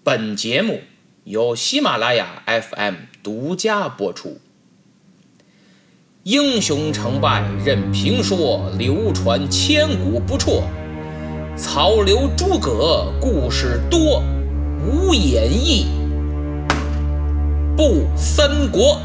本节目由喜马拉雅 FM 独家播出。英雄成败任评说，流传千古不辍。曹刘诸葛故事多，无演义不三国。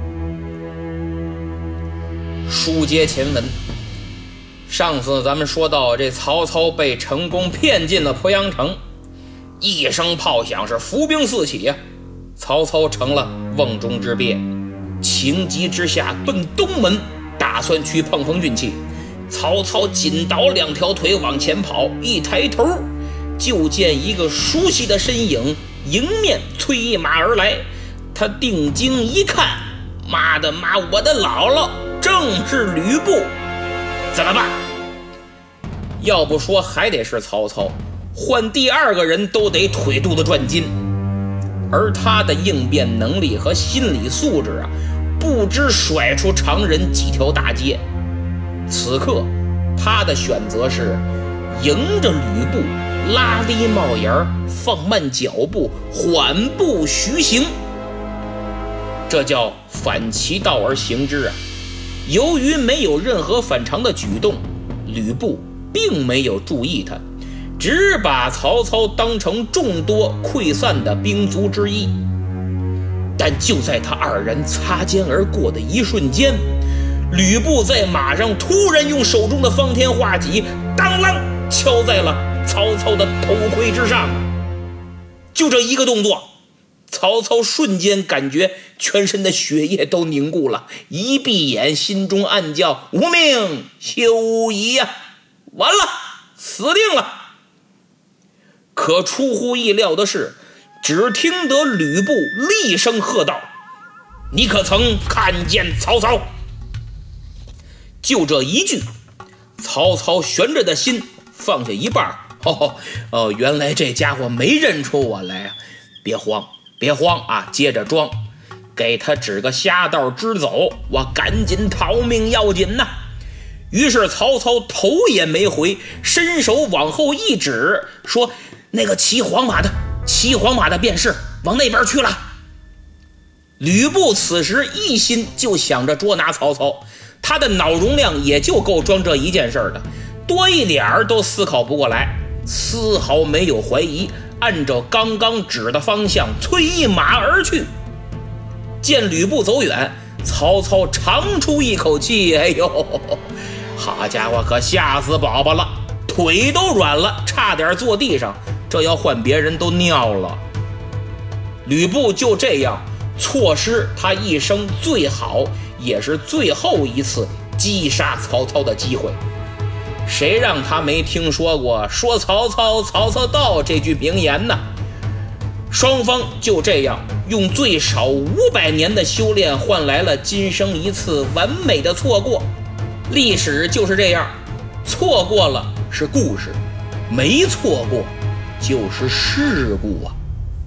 书接前文，上次咱们说到这曹操被成功骗进了鄱阳城，一声炮响，是伏兵四起呀。曹操成了瓮中之鳖，情急之下奔东门，打算去碰碰运气。曹操紧倒两条腿往前跑，一抬头就见一个熟悉的身影迎面催马而来。他定睛一看，妈，我的姥姥正是吕布。怎么办？要不说还得是曹操，换第二个人都得腿肚子转筋。而他的应变能力和心理素质不知甩出常人几条大街。此刻他的选择是迎着吕布，拉低帽檐，放慢脚步，缓步徐行，这叫反其道而行之。由于没有任何反常的举动，吕布并没有注意他，只把曹操当成众多溃散的兵卒之一。但就在他二人擦肩而过的一瞬间，吕布在马上突然用手中的方天画戟当啷敲在了曹操的头盔之上。就这一个动作，曹操瞬间感觉全身的血液都凝固了，一闭眼心中暗叫无命休矣呀，完了，死定了。可出乎意料的是，只听得吕布厉声喝道：你可曾看见曹操？就这一句，曹操悬着的心放下一半。原来这家伙没认出我来啊！别慌啊，接着装，给他指个瞎道直走，我赶紧逃命要紧呐。于是曹操头也没回，伸手往后一指，说那个骑黄马的便是往那边去了。吕布此时一心就想着捉拿曹操，他的脑容量也就够装这一件事的，多一点都思考不过来，丝毫没有怀疑，按照刚刚指的方向催马而去。见吕布走远，曹操长出一口气，哎呦，好家伙，可吓死宝宝了，腿都软了，差点坐地上，这要换别人都尿了。吕布就这样错失他一生最好也是最后一次击杀曹操的机会。谁让他没听说过说曹操到这句名言呢？双方就这样用最少500年的修炼换来了今生一次完美的错过。历史就是这样，错过了是故事，没错过就是事故啊。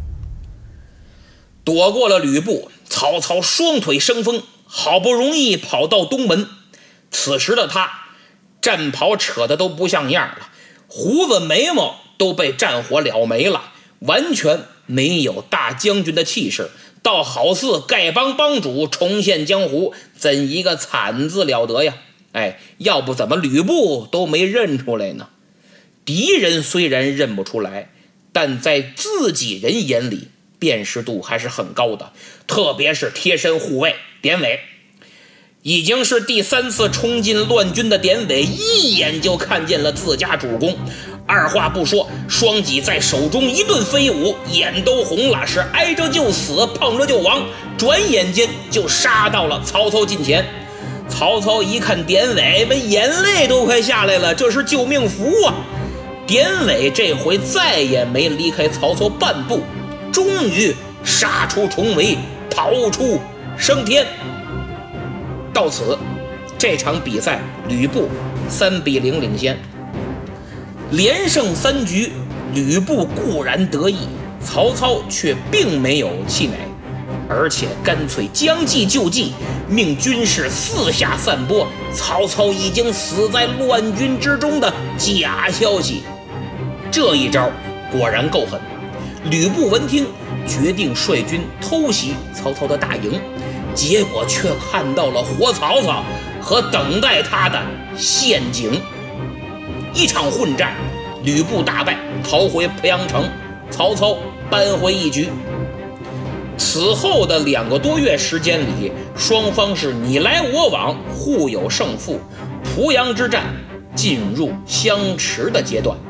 躲过了吕布，曹操双腿生风，好不容易跑到东门。此时的他战袍扯得都不像样了，胡子眉毛都被战火燎没了，完全没有大将军的气势，倒好似丐帮帮主重现江湖，怎一个惨字了得呀！要不怎么吕布都没认出来呢？敌人虽然认不出来，但在自己人眼里辨识度还是很高的，特别是贴身护卫典韦。已经是第3次冲进乱军的典韦，一眼就看见了自家主公，二话不说，双戟在手中一顿飞舞，眼都红了，是挨着就死，碰着就亡，转眼间就杀到了曹操近前。曹操一看典韦，眼泪都快下来了，这是救命符啊！典韦这回再也没离开曹操半步，终于杀出重围，逃出升天。到此，这场比赛吕布3比0领先。连胜3局，吕布固然得意，曹操却并没有气馁，而且干脆将计就计，命军士四下散播曹操已经死在乱军之中的假消息。这一招果然够狠， 吕布闻听，决定率军偷袭曹操的大营，结果却看到了活曹操和等待他的陷阱。一场混战，吕布大败，逃回濮阳城，曹操扳回一局。此后的2个多月时间里，双方是你来我往，互有胜负，濮阳之战进入相持的阶段。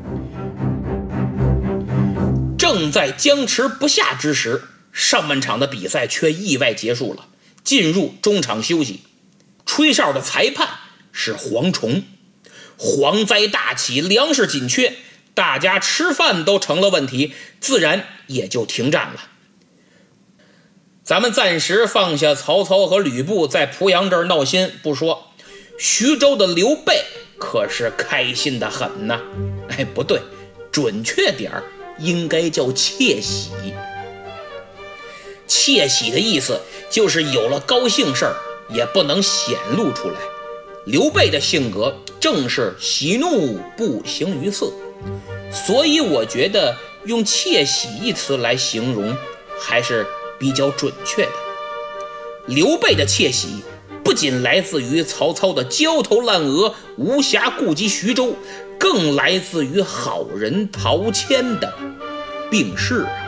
正在僵持不下之时，上半场的比赛却意外结束了，进入中场休息。吹哨的裁判是蝗虫。蝗灾大起，粮食紧缺，大家吃饭都成了问题，自然也就停战了。咱们暂时放下曹操和吕布在濮阳这儿闹心不说，徐州的刘备可是开心的很呐。不对，准确点应该叫窃喜。窃喜的意思就是有了高兴事儿也不能显露出来。刘备的性格正是喜怒不形于色，所以我觉得用窃喜一词来形容还是比较准确的。刘备的窃喜不仅来自于曹操的焦头烂额，无暇顾及徐州，更来自于好人陶谦的病逝啊。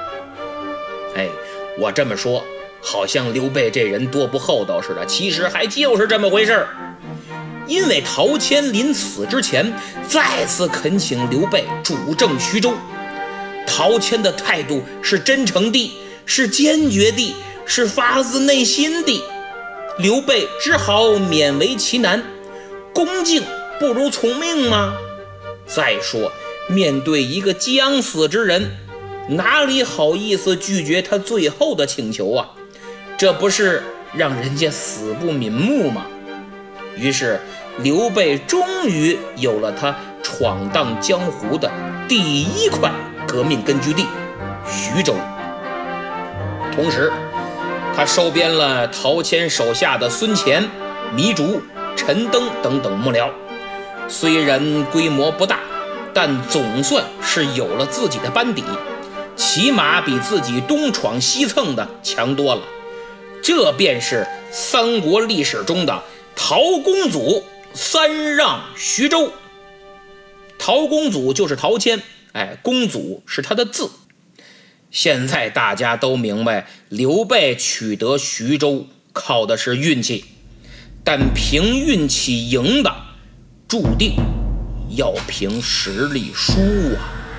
我这么说好像刘备这人多不厚道似的，其实还就是这么回事。因为陶谦临死之前再次恳请刘备主政徐州，陶谦的态度是真诚的，是坚决的，是发自内心的。刘备只好勉为其难，恭敬不如从命吗？再说面对一个将死之人，哪里好意思拒绝他最后的请求啊？这不是让人家死不瞑目吗？于是刘备终于有了他闯荡江湖的第一块革命根据地徐州。同时他收编了陶谦手下的孙乾、糜竺、陈登等等幕僚，虽然规模不大，但总算是有了自己的班底，起码比自己东闯西蹭的强多了。这便是三国历史中的陶公祖三让徐州。陶公祖就是陶谦，公祖是他的字。现在大家都明白，刘备取得徐州靠的是运气，但凭运气赢的注定要凭实力输啊。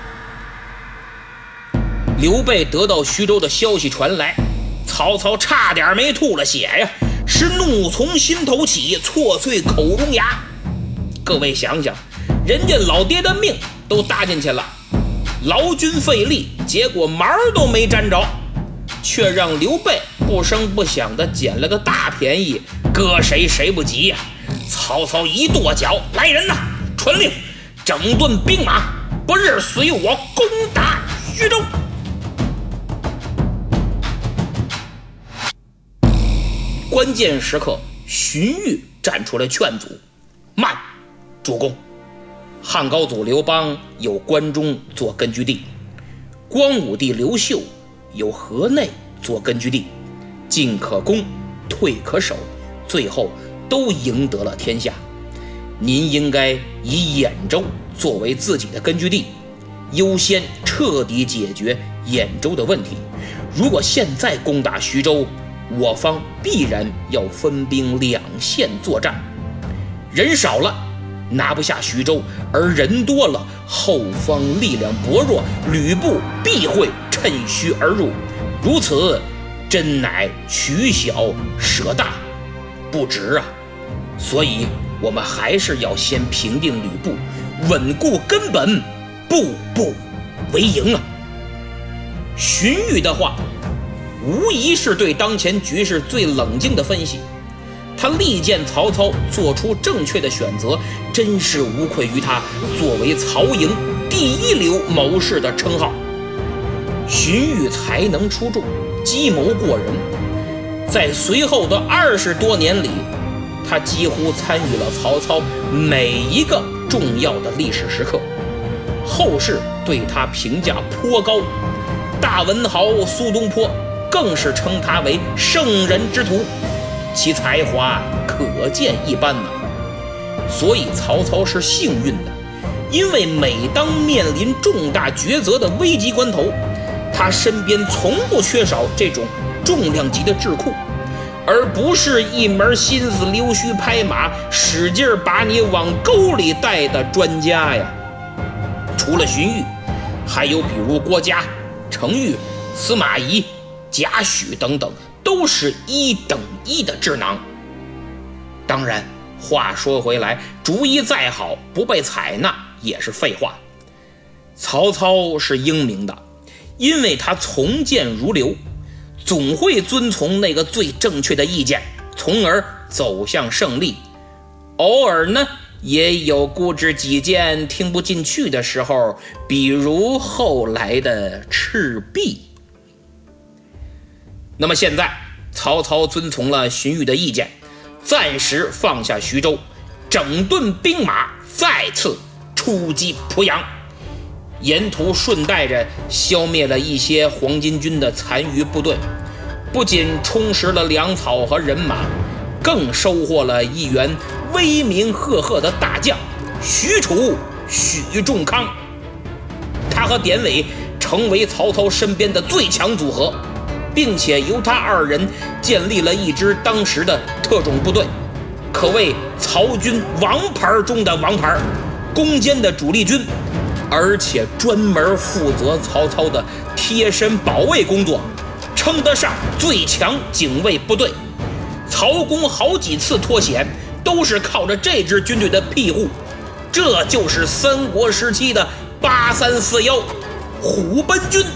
刘备得到徐州的消息传来，曹操差点没吐了血呀，是怒从心头起，错碎口中牙。各位想想，人家老爹的命都搭进去了，劳军费力，结果毛都没沾着，却让刘备不声不响地捡了个大便宜，搁谁谁不急呀。曹操一跺脚，来人呐，传令整顿兵马，不日随我攻打徐州。关键时刻，荀彧站出来劝阻：慢，主公，汉高祖刘邦有关中做根据地，光武帝刘秀有河内做根据地，进可攻，退可守，最后都赢得了天下。您应该以兖州作为自己的根据地，优先彻底解决兖州的问题。如果现在攻打徐州，我方必然要分兵两线作战，人少了拿不下徐州，而人多了后方力量薄弱，吕布必会趁虚而入，如此真乃取小舍大，不值啊。所以我们还是要先平定吕布，稳固根本，步步为营啊。荀彧的话无疑是对当前局势最冷静的分析，他力荐曹操做出正确的选择，真是无愧于他作为曹营第一流谋士的称号。荀彧才能出众，计谋过人，在随后的20多年里，他几乎参与了曹操每一个重要的历史时刻。 后世对他评价颇高，大文豪苏东坡更是称他为圣人之徒，其才华可见一斑呢。所以曹操是幸运的，因为每当面临重大抉择的危急关头，他身边从不缺少这种重量级的智库，而不是一门心思溜须拍马，使劲把你往沟里带的专家呀。除了荀彧，还有比如郭嘉、程昱、司马懿、贾诩等等，都是1等1的智囊。当然话说回来，主意再好不被采纳也是废话。曹操是英明的，因为他从谏如流，总会遵从那个最正确的意见，从而走向胜利。偶尔呢，也有固执己见听不进去的时候，比如后来的赤壁。那么现在曹操遵从了荀彧的意见，暂时放下徐州，整顿兵马，再次出击濮阳，沿途顺带着消灭了一些黄巾军的残余部队，不仅充实了粮草和人马，更收获了一员威名赫赫的大将许褚、许仲康。他和典韦成为曹操身边的最强组合，并且由他二人建立了一支当时的特种部队，可谓曹军王牌中的王牌，攻坚的主力军，而且专门负责曹操的贴身保卫工作，称得上最强警卫部队。曹公好几次脱险都是靠着这支军队的庇护，这就是三国时期的8341虎贲军。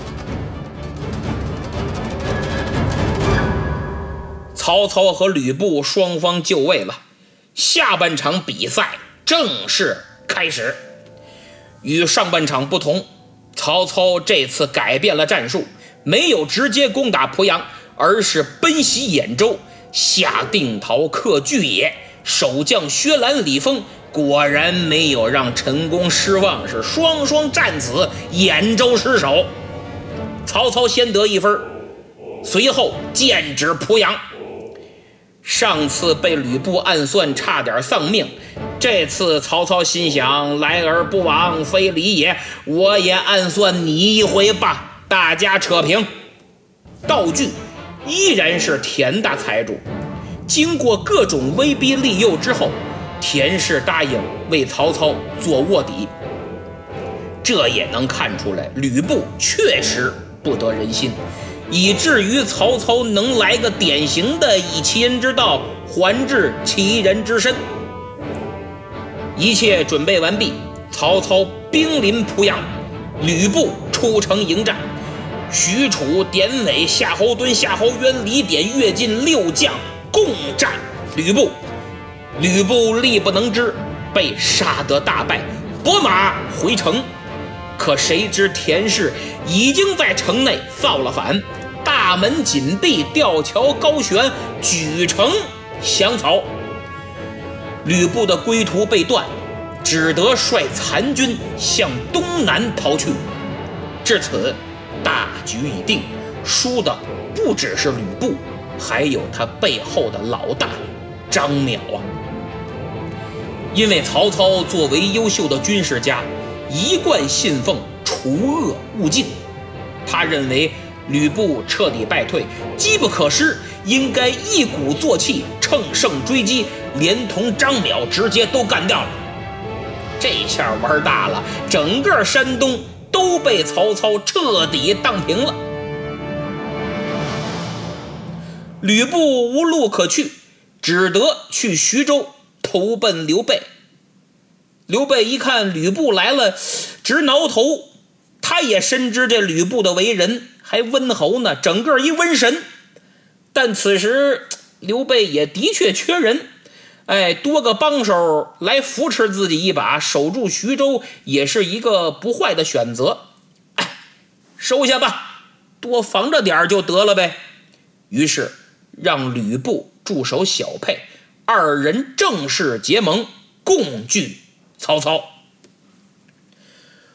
曹操和吕布双方就位了，下半场比赛正式开始。与上半场不同，曹操这次改变了战术，没有直接攻打濮阳，而是奔袭兖州，下定陶克巨野。守将薛兰、李丰果然没有让陈宫失望，是双双战死，兖州失守。曹操先得1分，随后剑指濮阳。上次被吕布暗算差点丧命，这次曹操心想，来而不往非礼也，我也暗算你一回吧，大家扯平。道具依然是田大财主，经过各种威逼利诱之后，田氏答应为曹操做卧底。这也能看出来吕布确实不得人心，以至于曹操能来个典型的以其人之道还治其人之身。一切准备完毕，曹操兵临濮阳，吕布出城迎战。许褚、典韦、夏侯惇、夏侯渊、李典、乐进6将共战吕布。吕布力不能支，被杀得大败，拨马回城。可谁知田氏已经在城内造了反，大门紧闭，吊桥高悬，举城降曹。吕布的归途被断，只得率残军向东南逃去。至此大局已定，输的不只是吕布，还有他背后的老大张邈啊。因为曹操作为优秀的军事家，一贯信奉除恶务尽，他认为吕布彻底败退，机不可失，应该一鼓作气，乘胜追击，连同张邈直接都干掉了。这下玩大了，整个山东都被曹操彻底荡平了。吕布无路可去，只得去徐州投奔刘备。刘备一看吕布来了，直挠头，他也深知这吕布的为人，还温侯呢，整个一瘟神。但此时刘备也的确缺人，多个帮手来扶持自己一把，守住徐州也是一个不坏的选择。收下吧，多防着点就得了呗。于是让吕布驻守小沛，二人正式结盟，共拒曹操。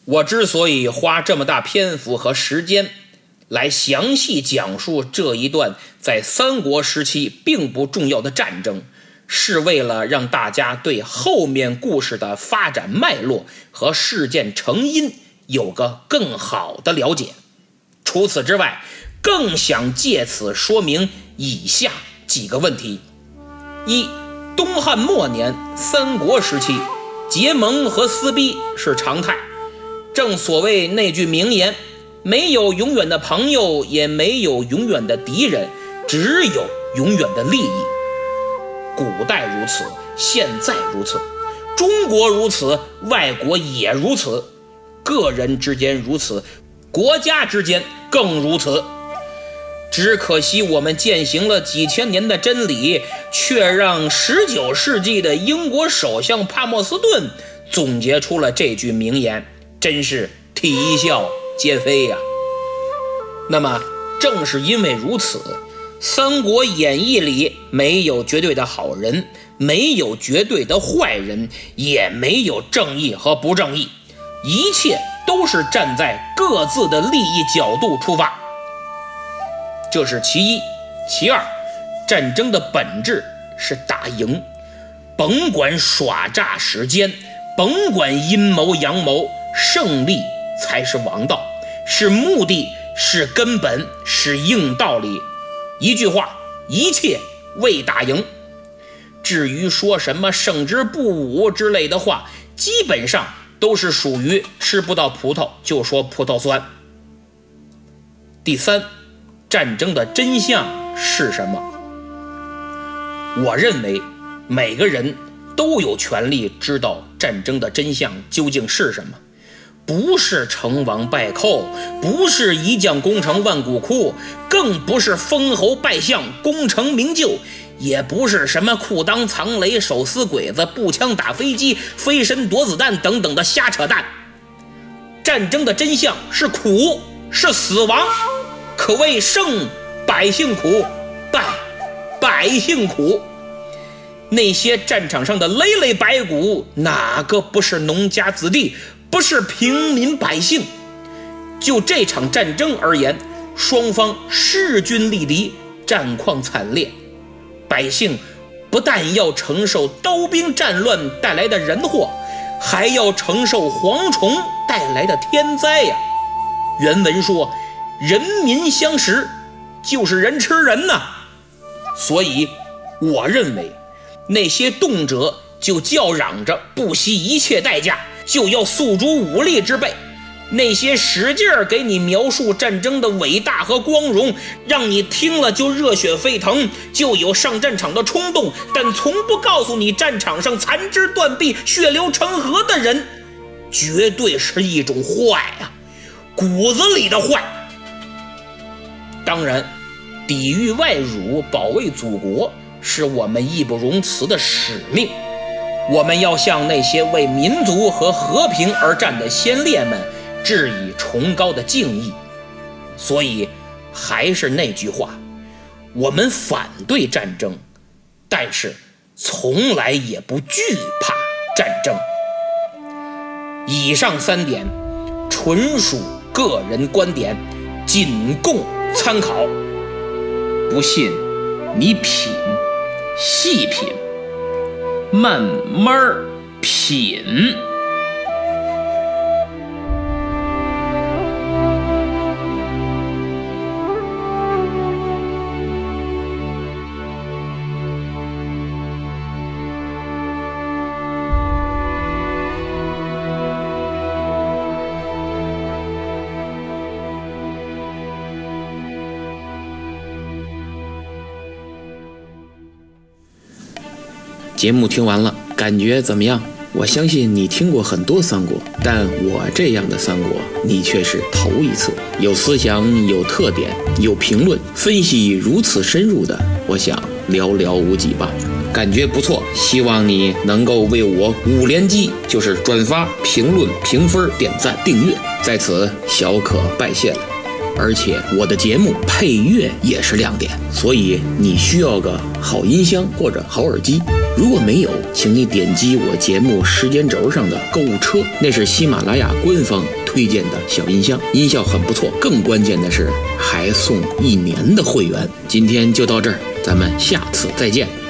我之所以花这么大篇幅和时间来详细讲述这一段在三国时期并不重要的战争，是为了让大家对后面故事的发展脉络和事件成因有个更好的了解。除此之外，更想借此说明以下几个问题：一、东汉末年三国时期，结盟和撕逼是常态。正所谓那句名言，没有永远的朋友，也没有永远的敌人，只有永远的利益。古代如此，现在如此，中国如此，外国也如此，个人之间如此，国家之间更如此。只可惜我们践行了几千年的真理，却让19世纪的英国首相帕默斯顿总结出了这句名言，真是啼笑皆非呀。那么正是因为如此，三国演义里没有绝对的好人，没有绝对的坏人，也没有正义和不正义，一切都是站在各自的利益角度出发。这是其一。其二，战争的本质是打赢，甭管耍诈时间，甭管阴谋阳谋，胜利才是王道，是目的，是根本，是硬道理。一句话，一切为打赢。至于说什么胜之不武之类的话，基本上都是属于吃不到葡萄就说葡萄酸。第三，战争的真相是什么？我认为每个人都有权利知道战争的真相究竟是什么，不是成王败寇，不是一将功成万骨枯，更不是封侯拜相功成名就，也不是什么裤裆藏雷手撕鬼子步枪打飞机飞身躲子弹等等的瞎扯淡。战争的真相是苦，是死亡，可谓胜百姓苦，败百姓苦。那些战场上的累累白骨，哪个不是农家子弟，不是平民百姓？就这场战争而言，双方势均力敌，战况惨烈，百姓不但要承受刀兵战乱带来的人祸，还要承受蝗虫带来的天灾呀。原文说，人民相食，就是人吃人呐。所以我认为，那些动辄就叫嚷着不惜一切代价就要诉诸武力之辈，那些使劲给你描述战争的伟大和光荣，让你听了就热血沸腾，就有上战场的冲动，但从不告诉你战场上残肢断臂血流成河的人，绝对是一种坏啊，骨子里的坏。当然，抵御外辱，保卫祖国，是我们义不容辞的使命。我们要向那些为民族和和平而战的先烈们致以崇高的敬意。所以还是那句话，我们反对战争，但是从来也不惧怕战争。以上3点纯属个人观点，仅供参考。不信你品，细品，慢慢品。 节目听完了，感觉怎么样？我相信你听过很多三国，但我这样的三国你却是头一次。有思想，有特点，有评论，分析如此深入的，我想寥寥无几吧。感觉不错，希望你能够为我5连击，就是转发、评论、评分、点赞、订阅，在此小可拜谢了。 而且我的节目配乐也是亮点，所以你需要个好音箱或者好耳机。如果没有，请你点击我节目时间轴上的购物车，那是喜马拉雅官方推荐的小音箱，音效很不错，更关键的是还送1年的会员。今天就到这儿，咱们下次再见。